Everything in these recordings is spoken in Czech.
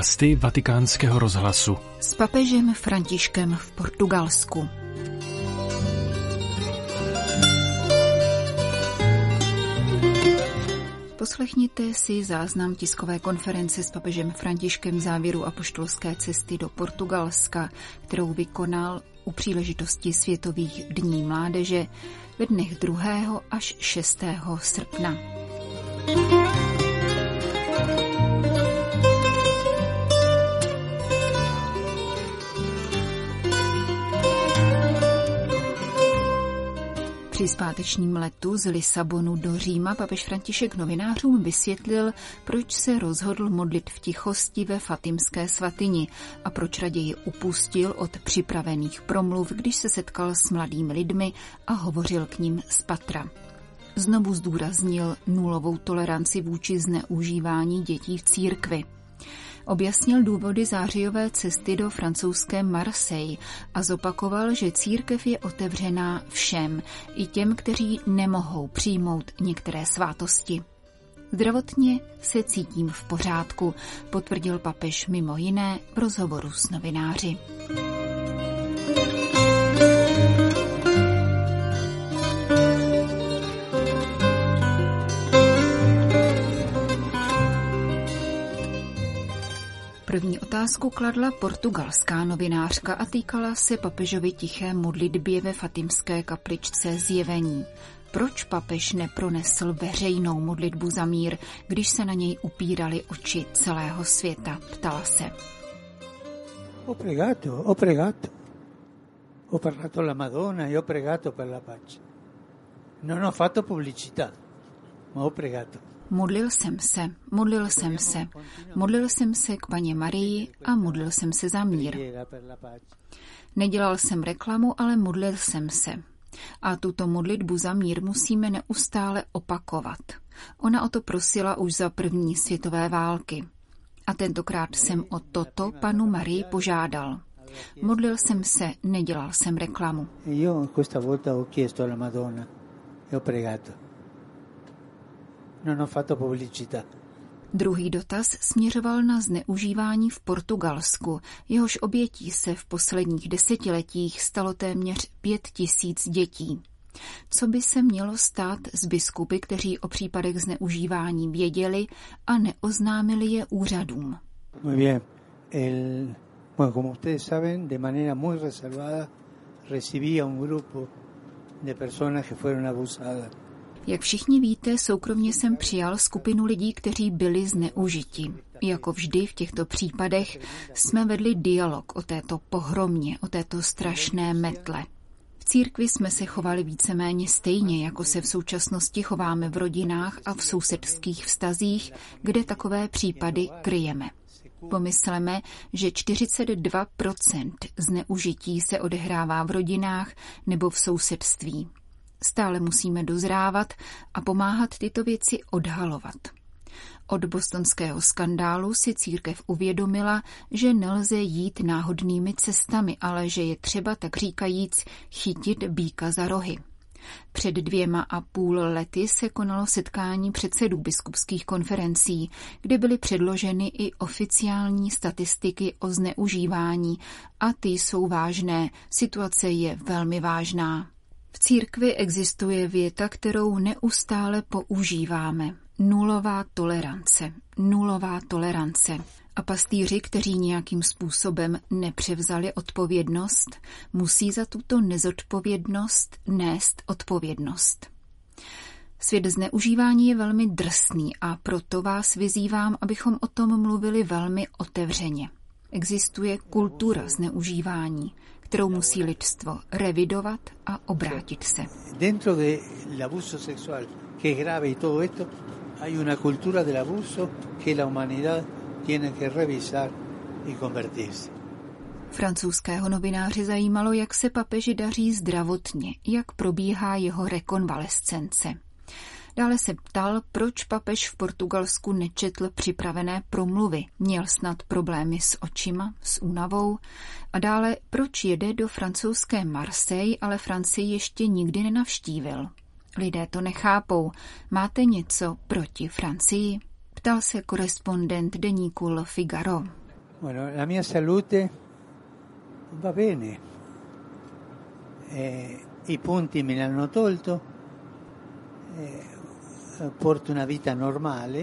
Podcasty Vatikánského rozhlasu. S papežem Františkem v Portugalsku. Poslechněte si záznam tiskové konference s papežem Františkem závěru apoštolské cesty do Portugalska, kterou vykonal u příležitosti Světových dní mládeže ve dnech 2. až 6. srpna. Při zpátečním letu z Lisabonu do Říma papež František novinářům vysvětlil, proč se rozhodl modlit v tichosti ve Fatimské svatyni a proč raději upustil od připravených promluv, když se setkal s mladými lidmi a hovořil k nim z patra. Znovu zdůraznil nulovou toleranci vůči zneužívání dětí v církvi. Objasnil důvody zářijové cesty do francouzské Marseille a zopakoval, že církev je otevřená všem, i těm, kteří nemohou přijmout některé svátosti. Zdravotně se cítím v pořádku, potvrdil papež mimo jiné v rozhovoru s novináři. První otázku kladla portugalská novinářka a týkala se papežovy tiché modlitbě ve Fatimské kapličce Zjevení. Proč papež nepronesl veřejnou modlitbu za mír, když se na něj upíraly oči celého světa, ptala se. Ho pregato. Ho parlato alla Madonna e ho pregato per la pace. Non ho fatto pubblicità, ma ho pregato. Modlil jsem se k Panně Marii a modlil jsem se za mír. Nedělal jsem reklamu, ale modlil jsem se. A tuto modlitbu za mír musíme neustále opakovat. Ona o to prosila už za první světové války. A tentokrát jsem o toto Pannu Marii požádal. Modlil jsem se, nedělal jsem reklamu. Druhý dotaz směřoval na zneužívání v Portugalsku, jehož obětí se v posledních desetiletích stalo téměř 5 000 dětí. Co by se mělo stát s biskupy, kteří o případech zneužívání věděli a neoznámili je úřadům? Muy bien. Como ustedes saben, de manera muy reservada recibí a un grupo de personas que fueron abusadas. Jak všichni víte, soukromně jsem přijal skupinu lidí, kteří byli zneužiti. Jako vždy v těchto případech jsme vedli dialog o této pohromě, o této strašné metle. V církvi jsme se chovali víceméně stejně, jako se v současnosti chováme v rodinách a v sousedských vztazích, kde takové případy kryjeme. Pomysleme, že 42% zneužití se odehrává v rodinách nebo v sousedství. Stále musíme dozrávat a pomáhat tyto věci odhalovat. Od bostonského skandálu si církev uvědomila, že nelze jít náhodnými cestami, ale že je třeba, tak říkajíc, chytit býka za rohy. Před 2,5 lety se konalo setkání předsedů biskupských konferencí, kde byly předloženy i oficiální statistiky o zneužívání a ty jsou vážné, situace je velmi vážná. V církvi existuje věta, kterou neustále používáme. Nulová tolerance. A pastýři, kteří nějakým způsobem nepřevzali odpovědnost, musí za tuto nezodpovědnost nést odpovědnost. Svět zneužívání je velmi drsný a proto vás vyzývám, abychom o tom mluvili velmi otevřeně. Existuje kultura zneužívání, kterou musí lidstvo revidovat a obrátit se. Dentro del abuso sexual, que es grave y todo esto, hay una cultura del abuso que la humanidad tiene que revisar y convertirse. Francouzského novináře zajímalo, jak se papeži daří zdravotně, jak probíhá jeho rekonvalescence. Dále se ptal, proč papež v Portugalsku nečetl připravené promluvy, měl snad problémy s očima, s únavou a dále, proč jede do francouzské Marseille, ale Francii ještě nikdy nenavštívil. Lidé to nechápou. Máte něco proti Francii? Ptal se korespondent deníku Le Figaro. Bueno, la mia salute va bene. I punti me li hanno tolto. Porto una vita normale.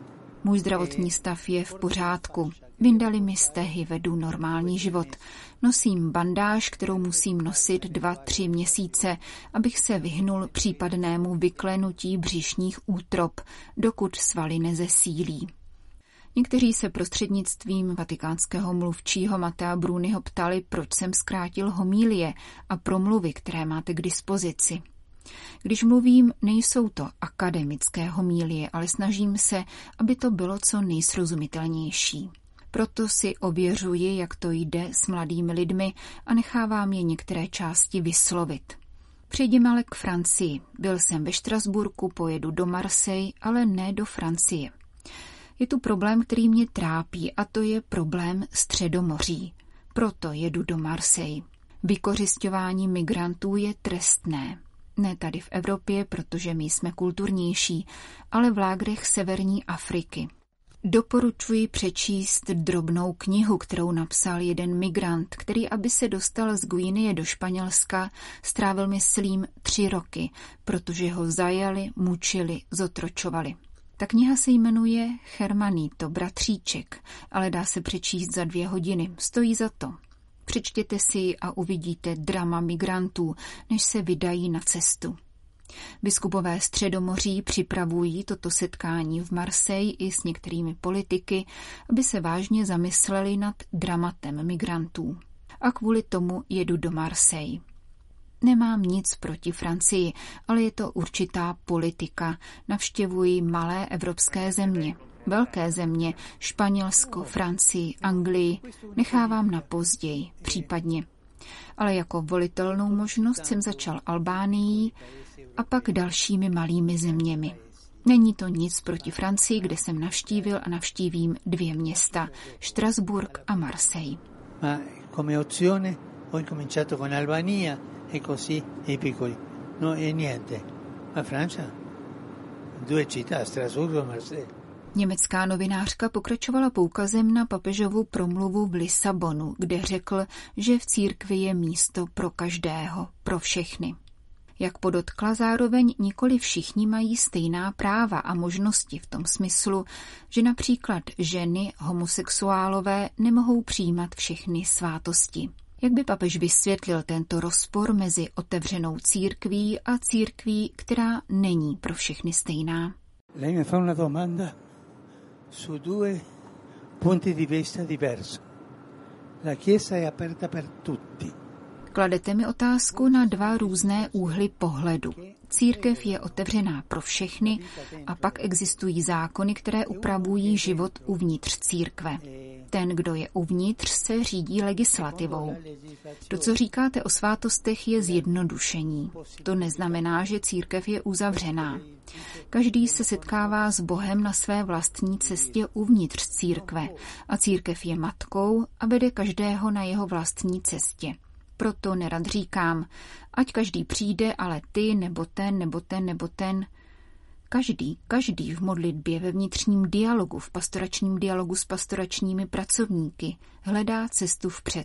Můj zdravotní stav je v pořádku. Vyndali mi stehy, vedu normální život. Nosím bandáž, kterou musím nosit 2-3 měsíce, abych se vyhnul případnému vyklenutí břišních útrop, dokud svaly nezesílí. Někteří se prostřednictvím vatikánského mluvčího Mattea Bruniho ptali, proč jsem zkrátil homilie a promluvy, které máte k dispozici. Když mluvím, nejsou to akademické homilie, ale snažím se, aby to bylo co nejsrozumitelnější. Proto si ověřuji, jak to jde s mladými lidmi a nechávám je některé části vyslovit. Přejdeme ale k Francii. Byl jsem ve Štrasburku, pojedu do Marseille, ale ne do Francie. Je tu problém, který mě trápí, a to je problém Středomoří. Proto jedu do Marseille. Vykořisťování migrantů je trestné. Ne tady v Evropě, protože my jsme kulturnější, ale v lágrech severní Afriky. Doporučuji přečíst drobnou knihu, kterou napsal jeden migrant, který, aby se dostal z Guineje do Španělska, strávil, myslím, 3 roky, protože ho zajali, mučili, zotročovali. Ta kniha se jmenuje Hermanito, bratříček, ale dá se přečíst za 2 hodiny. Stojí za to. Přečtěte si ji a uvidíte drama migrantů, než se vydají na cestu. Biskupové Středomoří připravují toto setkání v Marseille i s některými politiky, aby se vážně zamysleli nad dramatem migrantů. A kvůli tomu jedu do Marseille. Nemám nic proti Francii, ale je to určitá politika. Navštěvuji malé evropské země. Velké země, Španělsko, Francii, Anglii, nechávám na později, případně. Ale jako volitelnou možnost jsem začal Albánií a pak dalšími malými zeměmi. Není to nic proti Francii, kde jsem navštívil a navštívím 2 města, Štrasburk a Marseille. Ma come opzione ho incominciato con Albania e così i piccoli. No e niente. Ma Francia 2 città, Strasburgo e Marseille. Německá novinářka pokračovala poukazem na papežovu promluvu v Lisabonu, kde řekl, že v církvi je místo pro každého, pro všechny. Jak podotkla, zároveň nikoli všichni mají stejná práva a možnosti v tom smyslu, že například ženy, homosexuálové nemohou přijímat všechny svátosti. Jak by papež vysvětlil tento rozpor mezi otevřenou církví a církví, která není pro všechny stejná? Lei mi fa una domanda su 2 punti di vista diversi. La Chiesa è aperta per tutti. Kladete mi otázku na 2 různé úhly pohledu. Církev je otevřená pro všechny a pak existují zákony, které upravují život uvnitř církve. Ten, kdo je uvnitř, se řídí legislativou. To, co říkáte o svátostech, je zjednodušení. To neznamená, že církev je uzavřená. Každý se setkává s Bohem na své vlastní cestě uvnitř církve a církev je matkou a vede každého na jeho vlastní cestě. Proto nerad říkám, ať každý přijde, ale ty, nebo ten, nebo ten, nebo ten. Každý v modlitbě, ve vnitřním dialogu, v pastoračním dialogu s pastoračními pracovníky hledá cestu vpřed.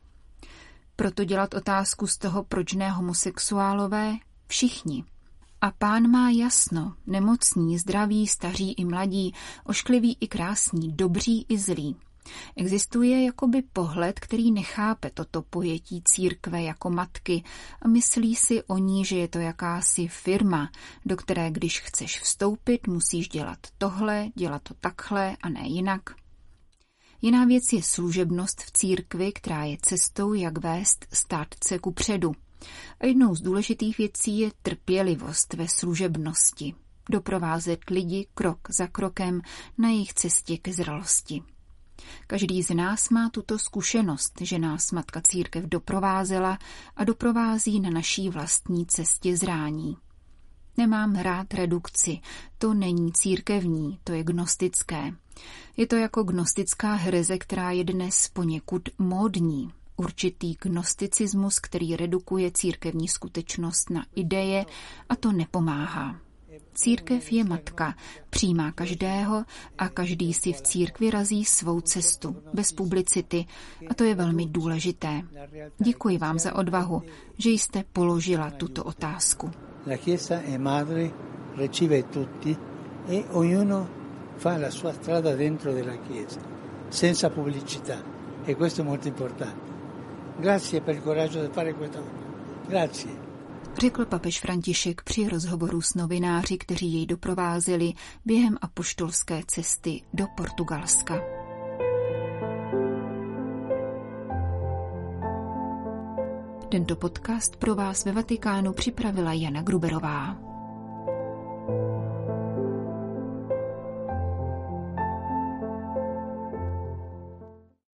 Proto dělat otázku z toho, proč ne homosexuálové, všichni. A Pán má jasno, nemocní, zdraví, staří i mladí, oškliví i krásní, dobří i zlí. Existuje jakoby pohled, který nechápe toto pojetí církve jako matky a myslí si o ní, že je to jakási firma, do které když chceš vstoupit, musíš dělat tohle, dělat to takhle a ne jinak. Jiná věc je služebnost v církvi, která je cestou, jak vést státce kupředu. A jednou z důležitých věcí je trpělivost ve služebnosti. Doprovázet lidi krok za krokem na jejich cestě ke zralosti. Každý z nás má tuto zkušenost, že nás Matka Církev doprovázela a doprovází na naší vlastní cestě zrání. Nemám rád redukci, to není církevní, to je gnostické. Je to jako gnostická hereze, která je dnes poněkud módní. Určitý gnosticismus, který redukuje církevní skutečnost na ideje a to nepomáhá. Církev je matka, přijímá každého a každý si v církvi razí svou cestu, bez publicity, a to je velmi důležité. Děkuji vám za odvahu, že jste položila tuto otázku. La Chiesa è madre, recibe tutti e ognuno fa la sua strada dentro della Chiesa, senza pubblicità, e questo è molto importante. Grazie per il coraggio di fare questa cosa. Grazie. Řekl papež František při rozhovoru s novináři, kteří jej doprovázeli během apoštolské cesty do Portugalska. Tento podcast pro vás ve Vatikánu připravila Jana Gruberová.